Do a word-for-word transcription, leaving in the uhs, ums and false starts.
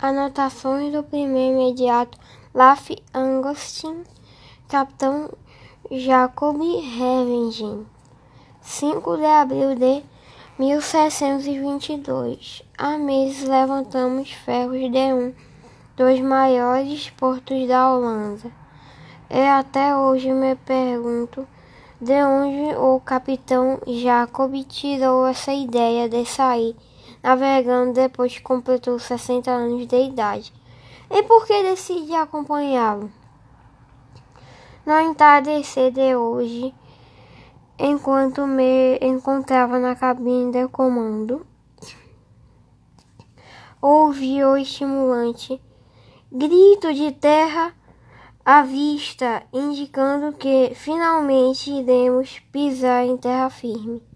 Anotações do primeiro imediato Laff Angustin, capitão Jacob Revingen, cinco de abril de mil seiscentos e vinte e dois. Há meses levantamos ferros de um dos maiores portos da Holanda. E até hoje me pergunto de onde o capitão Jacob tirou essa ideia de sair navegando depois que completou sessenta anos de idade. E por que decidi acompanhá-lo? No entardecer de hoje, enquanto me encontrava na cabine de comando, ouvi o estimulante grito de terra à vista, indicando que finalmente iremos pisar em terra firme.